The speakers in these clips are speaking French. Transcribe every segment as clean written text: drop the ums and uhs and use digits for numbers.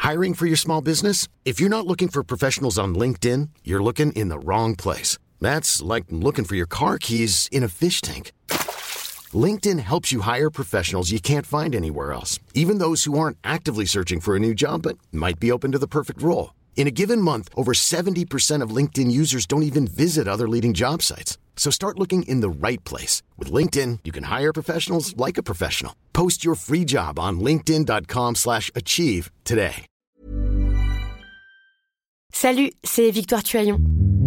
Hiring for your small business? If you're not looking for professionals on LinkedIn, you're looking in the wrong place. That's like looking for your car keys in a fish tank. LinkedIn helps you hire professionals you can't find anywhere else, even those who aren't actively searching for a new job but might be open to the perfect role. In a given month, over 70% of LinkedIn users don't even visit other leading job sites. So start looking in the right place. With LinkedIn, you can hire professionals like a professional. Post your free job on linkedin.com/achieve today. Salut, c'est Victoire Tuaillon.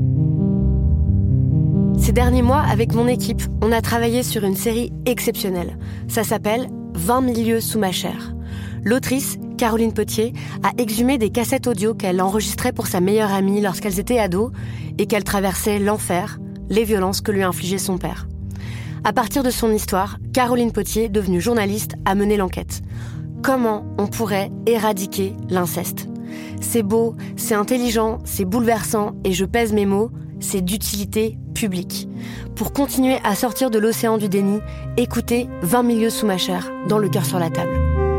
Ces derniers mois, avec mon équipe, on a travaillé sur une série exceptionnelle. Ça s'appelle « 20 000 lieues sous ma chair ». L'autrice, Caroline Potier, a exhumé des cassettes audio qu'elle enregistrait pour sa meilleure amie lorsqu'elles étaient ados et qu'elle traversait l'enfer, les violences que lui infligeait son père. À partir de son histoire, Caroline Potier, devenue journaliste, a mené l'enquête. Comment on pourrait éradiquer l'inceste ? C'est beau, c'est intelligent, c'est bouleversant et je pèse mes mots, c'est d'utilité publique. Pour continuer à sortir de l'océan du déni, écoutez 20 000 lieues sous ma chair, dans Le cœur sur la table.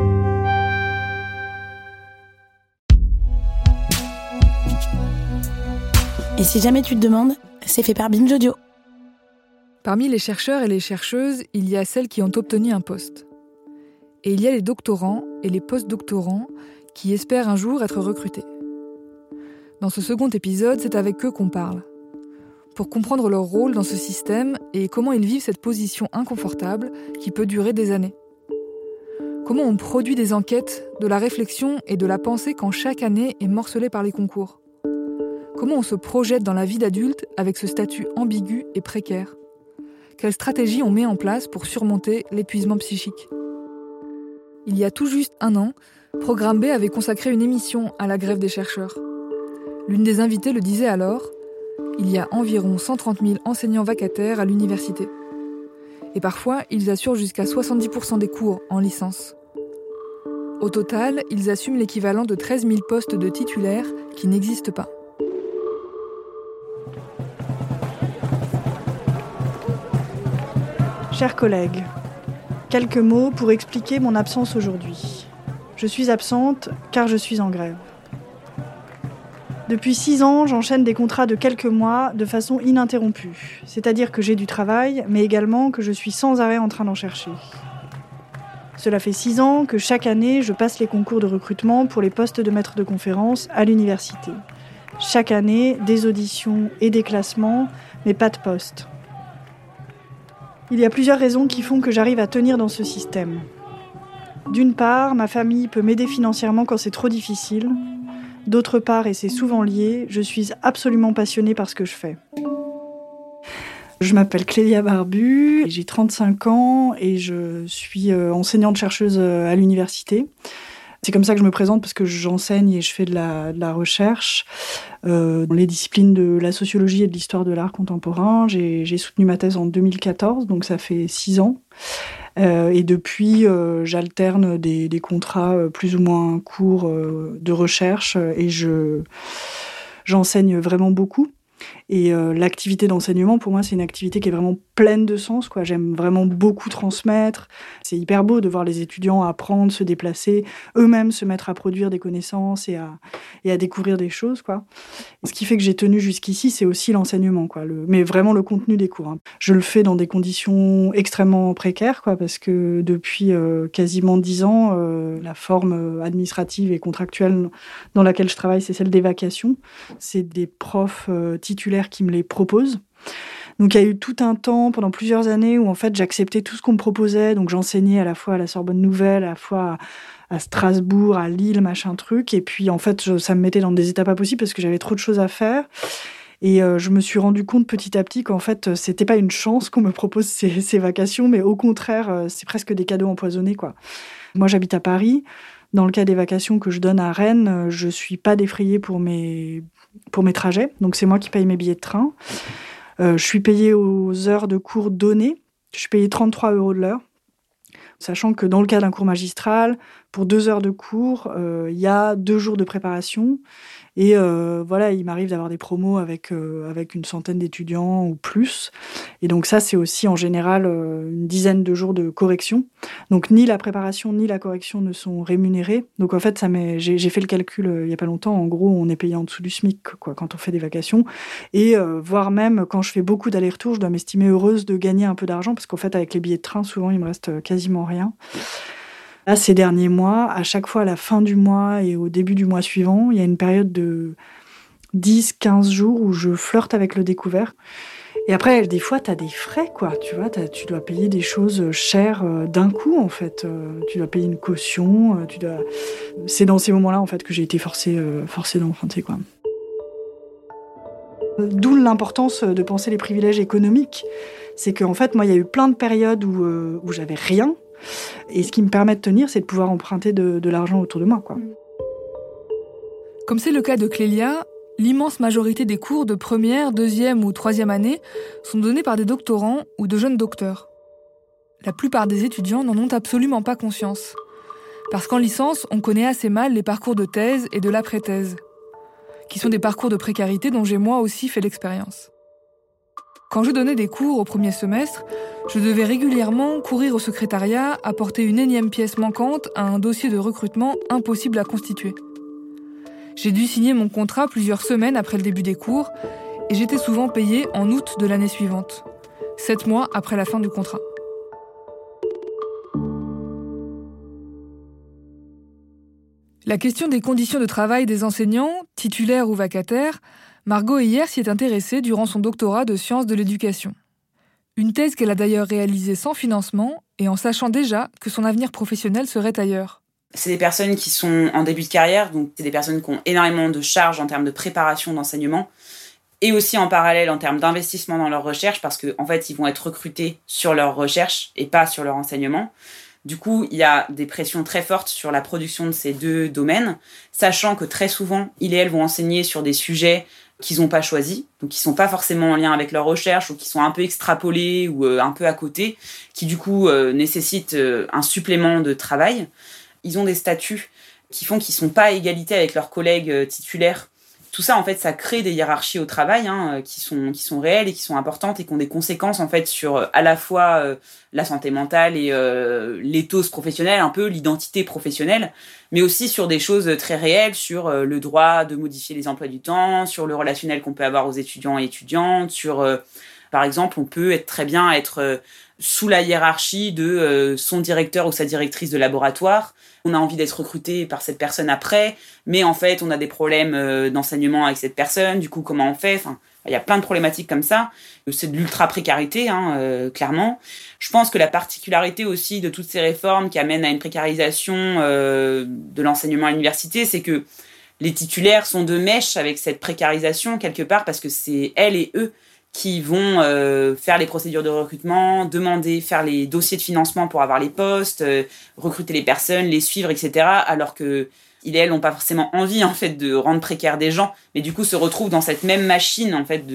Et si jamais tu te demandes, c'est fait par Binge Audio. Parmi les chercheurs et les chercheuses, il y a celles qui ont obtenu un poste. Et il y a les doctorants et les post-doctorants qui espèrent un jour être recrutés. Dans ce second épisode, c'est avec eux qu'on parle. Pour comprendre leur rôle dans ce système et comment ils vivent cette position inconfortable qui peut durer des années. Comment on produit des enquêtes, de la réflexion et de la pensée quand chaque année est morcelée par les concours. Comment on se projette dans la vie d'adulte avec ce statut ambigu et précaire. Quelles stratégies on met en place pour surmonter l'épuisement psychique. Il y a tout juste 1 an, Programme B avait consacré une émission à la grève des chercheurs. L'une des invitées le disait alors, il y a environ 130 000 enseignants vacataires à l'université. Et parfois, ils assurent jusqu'à 70% des cours en licence. Au total, ils assument l'équivalent de 13 000 postes de titulaires qui n'existent pas. Chers collègues, quelques mots pour expliquer mon absence aujourd'hui. Je suis absente car je suis en grève. Depuis 6 ans, j'enchaîne des contrats de quelques mois de façon ininterrompue. C'est-à-dire que j'ai du travail, mais également que je suis sans arrêt en train d'en chercher. Cela fait 6 ans que chaque année, je passe les concours de recrutement pour les postes de maître de conférence à l'université. Chaque année, des auditions et des classements, mais pas de poste. Il y a plusieurs raisons qui font que j'arrive à tenir dans ce système. D'une part, ma famille peut m'aider financièrement quand c'est trop difficile. D'autre part, et c'est souvent lié, je suis absolument passionnée par ce que je fais. Je m'appelle Clélia Barbu, j'ai 35 ans et je suis enseignante-chercheuse à l'université. C'est comme ça que je me présente parce que j'enseigne et je fais de la recherche dans les disciplines de la sociologie et de l'histoire de l'art contemporain. J'ai soutenu ma thèse en 2014, donc ça fait 6 ans. Et depuis, j'alterne des contrats plus ou moins courts de recherche et j'enseigne vraiment beaucoup. Et l'activité d'enseignement, pour moi, c'est une activité qui est vraiment pleine de sens, quoi. J'aime vraiment beaucoup transmettre. C'est hyper beau de voir les étudiants apprendre, se déplacer, eux-mêmes se mettre à produire des connaissances et à découvrir des choses, quoi. Et ce qui fait que j'ai tenu jusqu'ici, c'est aussi l'enseignement, quoi. Mais vraiment le contenu des cours, hein. Je le fais dans des conditions extrêmement précaires, quoi, parce que depuis quasiment 10 ans, la forme administrative et contractuelle dans laquelle je travaille, c'est celle des vacations. C'est des profs titulaires qui me les proposent. Donc il y a eu tout un temps, pendant plusieurs années, où en fait j'acceptais tout ce qu'on me proposait. Donc j'enseignais à la fois à la Sorbonne Nouvelle, à la fois à Strasbourg, à Lille, machin truc. Et puis en fait, ça me mettait dans des états pas possibles parce que j'avais trop de choses à faire. Et je me suis rendu compte petit à petit qu'en fait, c'était pas une chance qu'on me propose ces vacations, mais au contraire, c'est presque des cadeaux empoisonnés, quoi. Moi, j'habite à Paris. Dans le cas des vacations que je donne à Rennes, je suis pas défrayée pour mes trajets. Donc c'est moi qui paye mes billets de train. Je suis payée aux heures de cours données. Je suis payée 33 € de l'heure. Sachant que dans le cas d'un cours magistral, pour 2 heures de cours, il y a 2 jours de préparation. Et voilà, il m'arrive d'avoir des promos avec une centaine d'étudiants ou plus. Et donc ça, c'est aussi en général une dizaine de jours de correction. Donc ni la préparation ni la correction ne sont rémunérés. Donc en fait, j'ai fait le calcul il y a pas longtemps. En gros, on est payé en dessous du SMIC quoi, quand on fait des vacations. Et voire même quand je fais beaucoup d'allers-retours, je dois m'estimer heureuse de gagner un peu d'argent parce qu'en fait, avec les billets de train, souvent, il me reste quasiment rien. Là, ces derniers mois, à chaque fois à la fin du mois et au début du mois suivant, il y a une période de 10-15 jours où je flirte avec le découvert. Et après, des fois, tu as des frais, quoi. Tu vois, tu dois payer des choses chères d'un coup, en fait. Tu dois payer une caution. C'est dans ces moments-là, en fait, que j'ai été forcée d'emprunter, quoi. D'où l'importance de penser les privilèges économiques. C'est qu'en fait, moi, il y a eu plein de périodes où j'avais rien. Et ce qui me permet de tenir, c'est de pouvoir emprunter de l'argent autour de moi, quoi. Comme c'est le cas de Clélia, l'immense majorité des cours de première, deuxième ou troisième année sont donnés par des doctorants ou de jeunes docteurs. La plupart des étudiants n'en ont absolument pas conscience. Parce qu'en licence, on connaît assez mal les parcours de thèse et de l'après-thèse, qui sont des parcours de précarité dont j'ai moi aussi fait l'expérience. Quand je donnais des cours au premier semestre, je devais régulièrement courir au secrétariat, apporter une énième pièce manquante à un dossier de recrutement impossible à constituer. J'ai dû signer mon contrat plusieurs semaines après le début des cours et j'étais souvent payée en août de l'année suivante, 7 mois après la fin du contrat. La question des conditions de travail des enseignants, titulaires ou vacataires, Margot Heyer s'y est intéressée durant son doctorat de sciences de l'éducation. Une thèse qu'elle a d'ailleurs réalisée sans financement et en sachant déjà que son avenir professionnel serait ailleurs. C'est des personnes qui sont en début de carrière, donc c'est des personnes qui ont énormément de charges en termes de préparation d'enseignement et aussi en parallèle en termes d'investissement dans leur recherche parce qu'en fait, ils vont être recrutés sur leur recherche et pas sur leur enseignement. Du coup, il y a des pressions très fortes sur la production de ces deux domaines, sachant que très souvent, ils et elles vont enseigner sur des sujets qu'ils n'ont pas choisis, donc qui ne sont pas forcément en lien avec leur recherche ou qui sont un peu extrapolés ou un peu à côté, qui du coup nécessitent un supplément de travail. Ils ont des statuts qui font qu'ils ne sont pas à égalité avec leurs collègues titulaires. Tout ça, en fait, ça crée des hiérarchies au travail qui sont réelles et qui sont importantes et qui ont des conséquences, en fait, sur à la fois la santé mentale et l'éthos professionnel, un peu l'identité professionnelle, mais aussi sur des choses très réelles, sur le droit de modifier les emplois du temps, sur le relationnel qu'on peut avoir aux étudiants et étudiantes, sur, par exemple, on peut très bien être sous la hiérarchie de son directeur ou sa directrice de laboratoire. On a envie d'être recruté par cette personne après, mais en fait, on a des problèmes d'enseignement avec cette personne. Du coup, comment on fait ? Enfin, il y a plein de problématiques comme ça. C'est de l'ultra-précarité, clairement. Je pense que la particularité aussi de toutes ces réformes qui amènent à une précarisation de l'enseignement à l'université, c'est que les titulaires sont de mèche avec cette précarisation, quelque part, parce que c'est elles et eux qui vont faire les procédures de recrutement, faire les dossiers de financement pour avoir les postes, recruter les personnes, les suivre, etc. Alors que ils et elles n'ont pas forcément envie en fait de rendre précaires des gens, mais du coup se retrouvent dans cette même machine en fait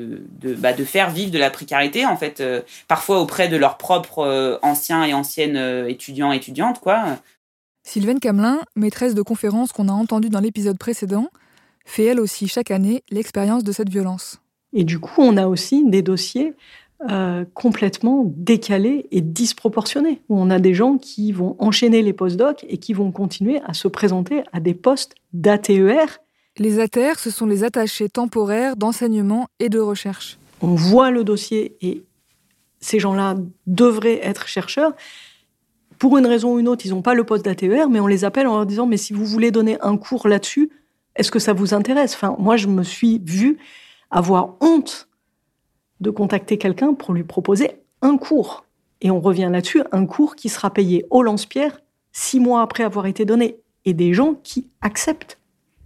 de faire vivre de la précarité en fait, parfois auprès de leurs propres anciens et anciennes étudiants et étudiantes quoi. Sylvaine Camelin, maîtresse de conférences qu'on a entendues dans l'épisode précédent, fait elle aussi chaque année l'expérience de cette violence. Et du coup, on a aussi des dossiers complètement décalés et disproportionnés, où on a des gens qui vont enchaîner les post-docs et qui vont continuer à se présenter à des postes d'ATER. Les ATER, ce sont les attachés temporaires d'enseignement et de recherche. On voit le dossier et ces gens-là devraient être chercheurs. Pour une raison ou une autre, ils n'ont pas le poste d'ATER, mais on les appelle en leur disant « mais si vous voulez donner un cours là-dessus, est-ce que ça vous intéresse ?» Enfin, moi, je me suis vue avoir honte de contacter quelqu'un pour lui proposer un cours. Et on revient là-dessus, un cours qui sera payé au lance-pierre 6 mois après avoir été donné. Et des gens qui acceptent.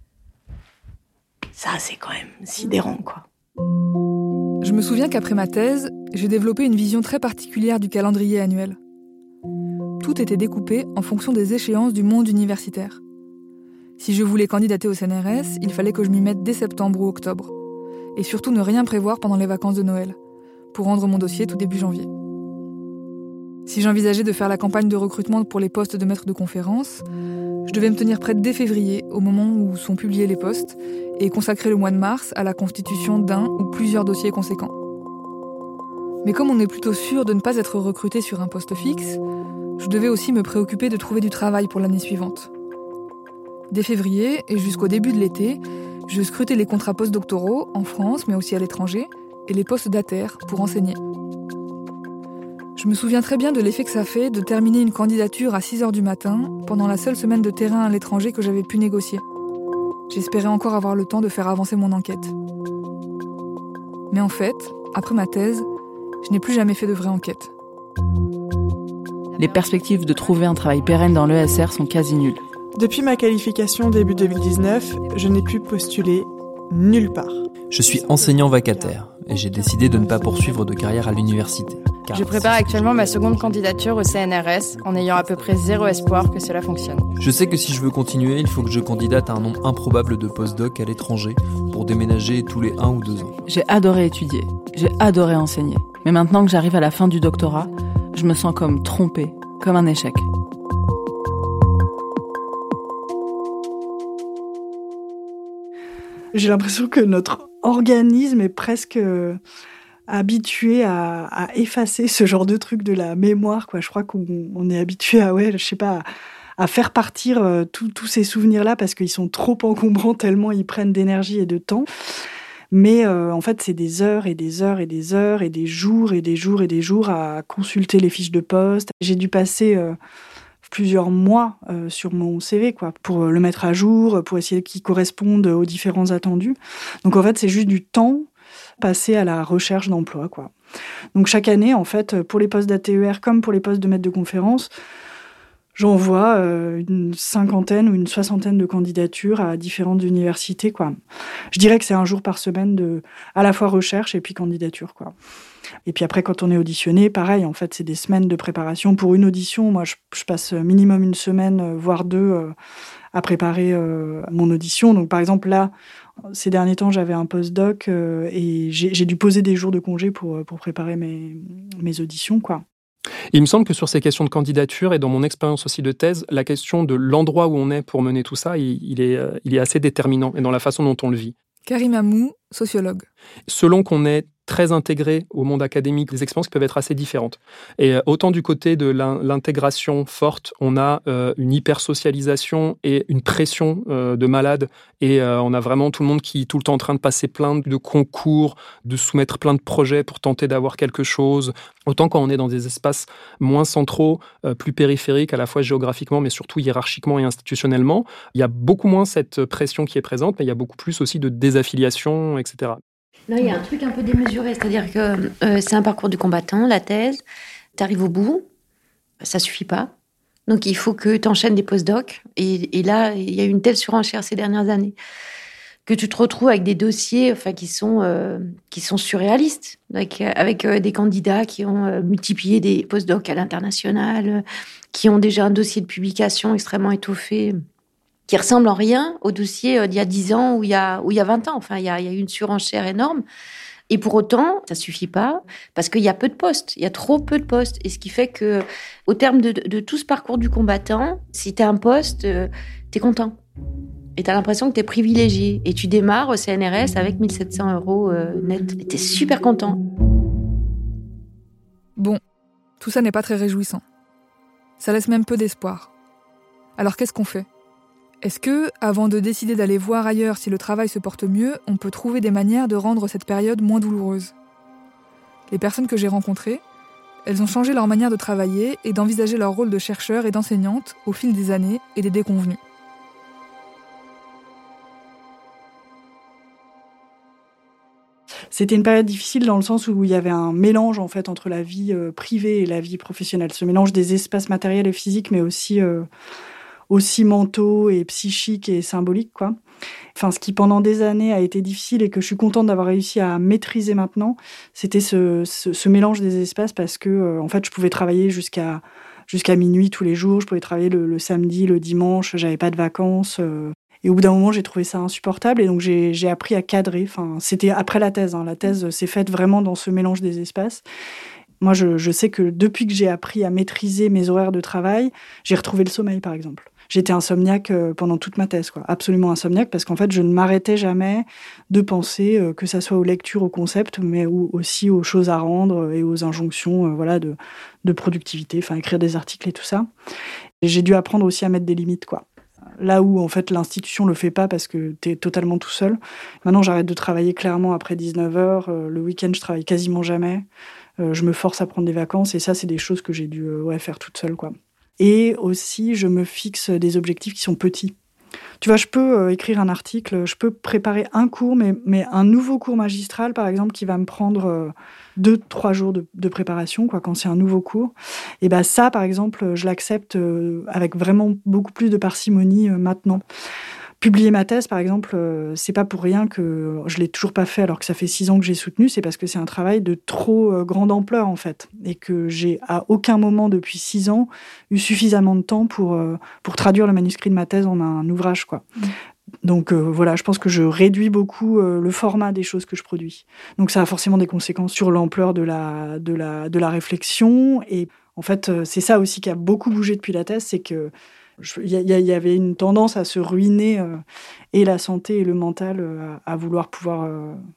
Ça, c'est quand même sidérant, quoi. Je me souviens qu'après ma thèse, j'ai développé une vision très particulière du calendrier annuel. Tout était découpé en fonction des échéances du monde universitaire. Si je voulais candidater au CNRS, il fallait que je m'y mette dès septembre ou octobre. Et surtout ne rien prévoir pendant les vacances de Noël, pour rendre mon dossier tout début janvier. Si j'envisageais de faire la campagne de recrutement pour les postes de maître de conférence, je devais me tenir prête dès février, au moment où sont publiés les postes, et consacrer le mois de mars à la constitution d'un ou plusieurs dossiers conséquents. Mais comme on est plutôt sûr de ne pas être recruté sur un poste fixe, je devais aussi me préoccuper de trouver du travail pour l'année suivante. Dès février et jusqu'au début de l'été, je scrutais les contrats postdoctoraux en France, mais aussi à l'étranger, et les postes d'ATER pour enseigner. Je me souviens très bien de l'effet que ça fait de terminer une candidature à 6h du matin pendant la seule semaine de terrain à l'étranger que j'avais pu négocier. J'espérais encore avoir le temps de faire avancer mon enquête. Mais en fait, après ma thèse, je n'ai plus jamais fait de vraie enquête. Les perspectives de trouver un travail pérenne dans l'ESR sont quasi nulles. Depuis ma qualification début 2019, je n'ai pu postuler nulle part. Je suis enseignant vacataire et j'ai décidé de ne pas poursuivre de carrière à l'université. Je prépare actuellement ma seconde candidature au CNRS en ayant à peu près zéro espoir que cela fonctionne. Je sais que si je veux continuer, il faut que je candidate à un nombre improbable de postdocs à l'étranger pour déménager tous les 1 ou 2 ans. J'ai adoré étudier, j'ai adoré enseigner. Mais maintenant que j'arrive à la fin du doctorat, je me sens comme trompée, comme un échec. J'ai l'impression que notre organisme est presque habitué à effacer ce genre de truc de la mémoire, quoi. Je crois qu'on est habitué à faire partir tous ces souvenirs-là parce qu'ils sont trop encombrants tellement ils prennent d'énergie et de temps. Mais en fait, c'est des heures et des heures et des heures et des jours et des jours et des jours à consulter les fiches de poste. J'ai dû passer plusieurs mois sur mon CV, quoi, pour le mettre à jour, pour essayer qu'il corresponde aux différents attendus. Donc en fait, c'est juste du temps passé à la recherche d'emploi, quoi. Donc chaque année, en fait, pour les postes d'ATER comme pour les postes de maître de conférence, j'envoie une 50aine ou une 60aine de candidatures à différentes universités, quoi. Je dirais que c'est un jour par semaine de à la fois recherche et puis candidature, quoi. Et puis après, quand on est auditionné, pareil, en fait, c'est des semaines de préparation. Pour une audition, moi, je passe minimum une semaine, voire 2, à préparer mon audition. Donc, par exemple, là, ces derniers temps, j'avais un postdoc et j'ai dû poser des jours de congé pour préparer mes auditions, quoi. Il me semble que sur ces questions de candidature et dans mon expérience aussi de thèse, la question de l'endroit où on est pour mener tout ça, il est assez déterminant et dans la façon dont on le vit. Karim Amou, sociologue. Selon qu'on est très intégré au monde académique, les expériences peuvent être assez différentes. Et autant du côté de l'intégration forte, on a une hypersocialisation et une pression de malade. Et on a vraiment tout le monde qui est tout le temps en train de passer plein de concours, de soumettre plein de projets pour tenter d'avoir quelque chose. Autant quand on est dans des espaces moins centraux, plus périphériques, à la fois géographiquement, mais surtout hiérarchiquement et institutionnellement, il y a beaucoup moins cette pression qui est présente, mais il y a beaucoup plus aussi de désaffiliation, etc. Là, il y a un truc un peu démesuré, c'est-à-dire que c'est un parcours du combattant, la thèse, tu arrives au bout, ça suffit pas. Donc, il faut que tu enchaînes des postdocs. Et là, il y a eu une telle surenchère ces dernières années que tu te retrouves avec des dossiers qui sont surréalistes, avec des candidats qui ont multiplié des postdocs à l'international, qui ont déjà un dossier de publication extrêmement étoffé, qui ressemble en rien au dossier d'il y a 10 ans ou il y a 20 ans. Enfin, il y a eu une surenchère énorme. Et pour autant, ça suffit pas, parce qu'il y a peu de postes. Il y a trop peu de postes. Et ce qui fait que, au terme de tout ce parcours du combattant, si tu as un poste, tu es content. Et tu as l'impression que tu es privilégié. Et tu démarres au CNRS avec 1 700 € net. Et tu es super content. Bon, tout ça n'est pas très réjouissant. Ça laisse même peu d'espoir. Alors qu'est-ce qu'on fait ? Est-ce que, avant de décider d'aller voir ailleurs si le travail se porte mieux, on peut trouver des manières de rendre cette période moins douloureuse ? Les personnes que j'ai rencontrées, elles ont changé leur manière de travailler et d'envisager leur rôle de chercheur et d'enseignante au fil des années et des déconvenues. C'était une période difficile dans le sens où il y avait un mélange en fait entre la vie privée et la vie professionnelle. Ce mélange des espaces matériels et physiques, mais aussi mentaux et psychiques et symboliques, quoi. Enfin, ce qui pendant des années a été difficile et que je suis contente d'avoir réussi à maîtriser maintenant, c'était ce mélange des espaces parce que en fait, je pouvais travailler jusqu'à minuit tous les jours, je pouvais travailler le samedi, le dimanche, j'avais pas de vacances. Et au bout d'un moment, j'ai trouvé ça insupportable et donc j'ai appris à cadrer. Enfin, c'était après la thèse. La thèse s'est faite vraiment dans ce mélange des espaces. Moi, je sais que depuis que j'ai appris à maîtriser mes horaires de travail, j'ai retrouvé le sommeil, par exemple. J'étais insomniaque pendant toute ma thèse, quoi. Absolument insomniaque, parce qu'en fait, je ne m'arrêtais jamais de penser, que ça soit aux lectures, aux concepts, mais aussi aux choses à rendre et aux injonctions de productivité, enfin écrire des articles et tout ça. Et j'ai dû apprendre aussi à mettre des limites, quoi. Là où, en fait, l'institution le fait pas parce que t'es totalement tout seul. Maintenant, j'arrête de travailler clairement après 19h. Le week-end, je travaille quasiment jamais. Je me force à prendre des vacances et ça, c'est des choses que j'ai dû faire toute seule, quoi. Et aussi, je me fixe des objectifs qui sont petits. Tu vois, je peux écrire un article, je peux préparer un cours, mais un nouveau cours magistral, par exemple, qui va me prendre 2-3 jours de préparation, quoi, quand c'est un nouveau cours. Et ben ça, par exemple, je l'accepte avec vraiment beaucoup plus de parcimonie maintenant. Publier ma thèse, par exemple, c'est pas pour rien que je l'ai toujours pas fait alors que ça fait 6 ans que j'ai soutenu, c'est parce que c'est un travail de trop grande ampleur, en fait. Et que j'ai, à aucun moment depuis 6 ans, eu suffisamment de temps pour traduire le manuscrit de ma thèse en un ouvrage, quoi. Donc voilà, je pense que je réduis beaucoup le format des choses que je produis. Donc ça a forcément des conséquences sur l'ampleur de la réflexion. Et en fait, c'est ça aussi qui a beaucoup bougé depuis la thèse, c'est que il y avait une tendance à se ruiner et la santé et le mental à vouloir pouvoir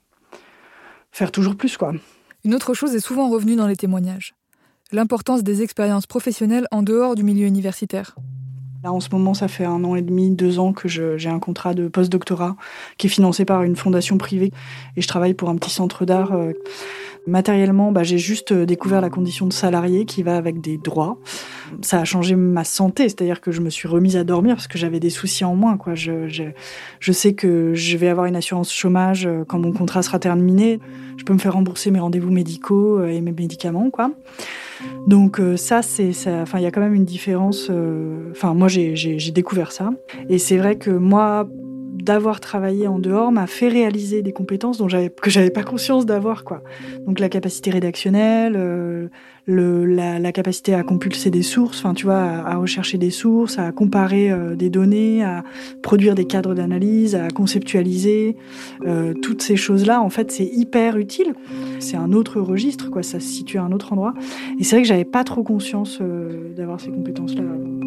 faire toujours plus, quoi. Une autre chose est souvent revenue dans les témoignages. L'importance des expériences professionnelles en dehors du milieu universitaire. Là, en ce moment, ça fait 1 an et demi, 2 ans que j'ai un contrat de post-doctorat qui est financé par une fondation privée et je travaille pour un petit centre d'art. Matériellement, j'ai juste découvert la condition de salarié qui va avec des droits. Ça a changé ma santé, c'est-à-dire que je me suis remise à dormir parce que j'avais des soucis en moins, quoi. Je sais que je vais avoir une assurance chômage quand mon contrat sera terminé. Je peux me faire rembourser mes rendez-vous médicaux et mes médicaments, quoi. Donc ça, il y a quand même une différence. Moi, j'ai découvert ça. Et c'est vrai que moi, d'avoir travaillé en dehors m'a fait réaliser des compétences que j'avais pas conscience d'avoir, quoi. Donc la capacité rédactionnelle, la capacité à compulser des sources, tu vois, à rechercher des sources, à comparer des données, à produire des cadres d'analyse, à conceptualiser. Toutes ces choses-là, en fait, c'est hyper utile. C'est un autre registre, quoi. Ça se situe à un autre endroit. Et c'est vrai que j'avais pas trop conscience d'avoir ces compétences-là.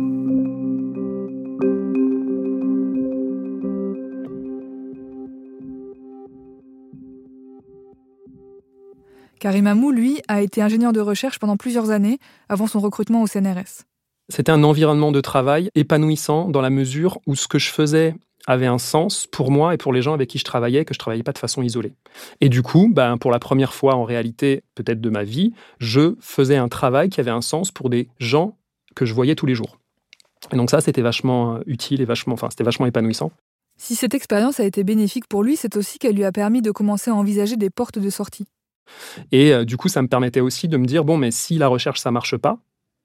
Karim Amou, lui, a été ingénieur de recherche pendant plusieurs années avant son recrutement au CNRS. C'était un environnement de travail épanouissant dans la mesure où ce que je faisais avait un sens pour moi et pour les gens avec qui je travaillais, que je ne travaillais pas de façon isolée. Et du coup, pour la première fois en réalité, peut-être de ma vie, je faisais un travail qui avait un sens pour des gens que je voyais tous les jours. Et donc ça, c'était vachement utile et c'était vachement épanouissant. Si cette expérience a été bénéfique pour lui, c'est aussi qu'elle lui a permis de commencer à envisager des portes de sortie. Et du coup, ça me permettait aussi de me dire, mais si la recherche, ça ne marche pas,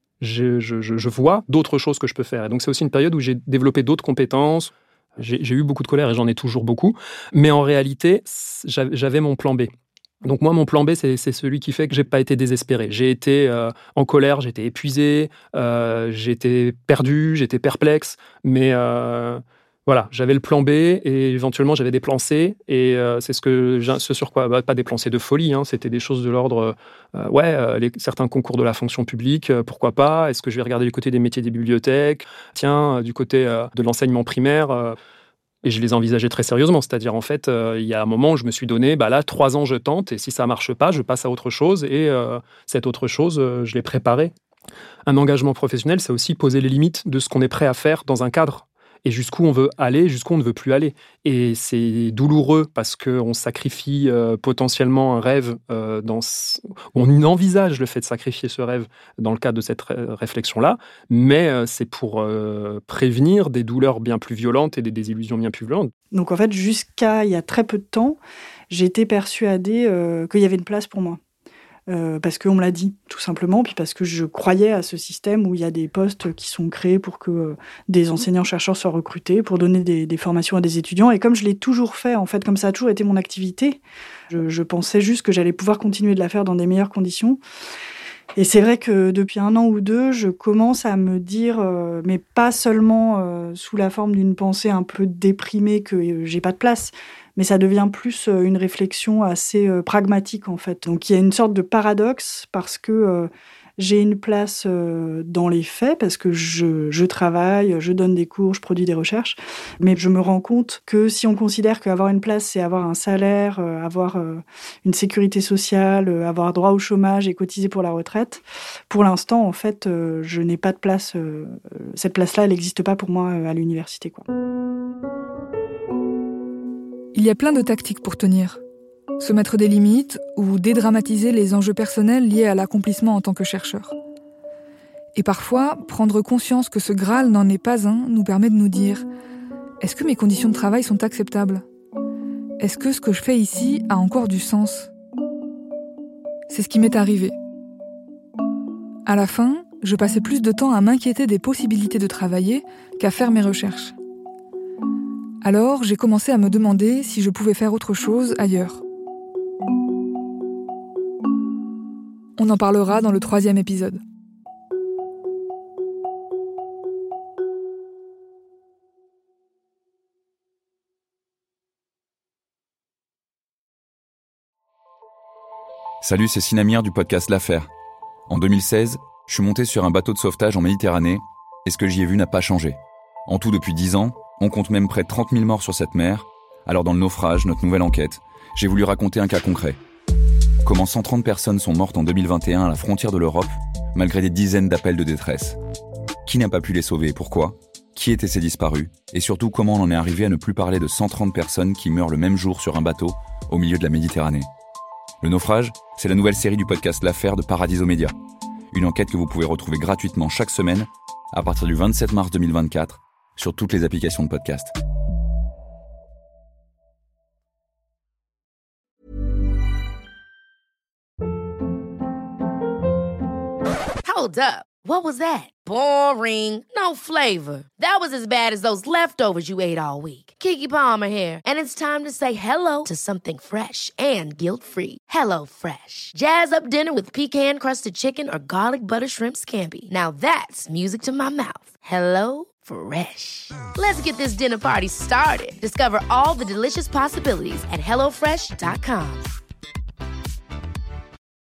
je vois d'autres choses que je peux faire. Et donc, c'est aussi une période où j'ai développé d'autres compétences. J'ai eu beaucoup de colère et j'en ai toujours beaucoup. Mais en réalité, j'avais mon plan B. Donc moi, mon plan B, c'est celui qui fait que je n'ai pas été désespéré. J'ai été en colère, j'étais épuisé, j'étais perdu, j'étais perplexe. Mais voilà, j'avais le plan B et éventuellement, j'avais des plans C. Et c'est ce sur quoi, pas des plans C de folie, c'était des choses de l'ordre, certains concours de la fonction publique, pourquoi pas? Est-ce que je vais regarder du côté des métiers des bibliothèques? Tiens, du côté de l'enseignement primaire et je les envisageais très sérieusement. C'est-à-dire, en fait, il y a un moment où je me suis donné, là, 3 ans, je tente, et si ça ne marche pas, je passe à autre chose. Et cette autre chose, je l'ai préparée. Un engagement professionnel, c'est aussi poser les limites de ce qu'on est prêt à faire dans un cadre. Et jusqu'où on veut aller, jusqu'où on ne veut plus aller. Et c'est douloureux parce qu'on sacrifie potentiellement un rêve, on envisage le fait de sacrifier ce rêve dans le cadre de cette réflexion-là, mais c'est pour prévenir des douleurs bien plus violentes et des désillusions bien plus violentes. Donc en fait, jusqu'à il y a très peu de temps, j'ai été persuadée qu'il y avait une place pour moi. Parce qu'on me l'a dit, tout simplement, puis parce que je croyais à ce système où il y a des postes qui sont créés pour que des enseignants-chercheurs soient recrutés, pour donner des formations à des étudiants. Et comme je l'ai toujours fait, en fait, comme ça a toujours été mon activité, je pensais juste que j'allais pouvoir continuer de la faire dans des meilleures conditions. Et c'est vrai que depuis 1 an ou 2, je commence à me dire, mais pas seulement sous la forme d'une pensée un peu déprimée que j'ai pas de place, mais ça devient plus une réflexion assez pragmatique en fait. Donc il y a une sorte de paradoxe parce que j'ai une place dans les faits, parce que je travaille, je donne des cours, je produis des recherches, mais je me rends compte que si on considère qu'avoir une place, c'est avoir un salaire, avoir une sécurité sociale, avoir droit au chômage et cotiser pour la retraite, pour l'instant, en fait, je n'ai pas de place. Cette place-là, elle n'existe pas pour moi à l'université, quoi. Il y a plein de tactiques pour tenir. Se mettre des limites ou dédramatiser les enjeux personnels liés à l'accomplissement en tant que chercheur. Et parfois, prendre conscience que ce Graal n'en est pas un nous permet de nous dire « Est-ce que mes conditions de travail sont acceptables ? Est-ce que ce que je fais ici a encore du sens ?» C'est ce qui m'est arrivé. À la fin, je passais plus de temps à m'inquiéter des possibilités de travailler qu'à faire mes recherches. Alors, j'ai commencé à me demander si je pouvais faire autre chose ailleurs. On en parlera dans le 3e épisode. Salut, c'est Sinamir du podcast L'Affaire. En 2016, je suis monté sur un bateau de sauvetage en Méditerranée et ce que j'y ai vu n'a pas changé. En tout, depuis 10 ans, on compte même près de 30 000 morts sur cette mer. Alors dans le naufrage, notre nouvelle enquête, j'ai voulu raconter un cas concret. Comment 130 personnes sont mortes en 2021 à la frontière de l'Europe, malgré des dizaines d'appels de détresse. Qui n'a pas pu les sauver et pourquoi ? Qui étaient ces disparus ? Et surtout, comment on en est arrivé à ne plus parler de 130 personnes qui meurent le même jour sur un bateau au milieu de la Méditerranée ? Le naufrage, c'est la nouvelle série du podcast L'Affaire de Paradiso Media. Une enquête que vous pouvez retrouver gratuitement chaque semaine à partir du 27 mars 2024 sur toutes les applications de podcast. Hold up. What was that? Boring. No flavor. That was as bad as those leftovers you ate all week. Keke Palmer here. And it's time to say hello to something fresh and guilt-free. Hello Fresh. Jazz up dinner with pecan-crusted chicken or garlic butter shrimp scampi. Now that's music to my mouth. Hello Fresh. Let's get this dinner party started. Discover all the delicious possibilities at HelloFresh.com.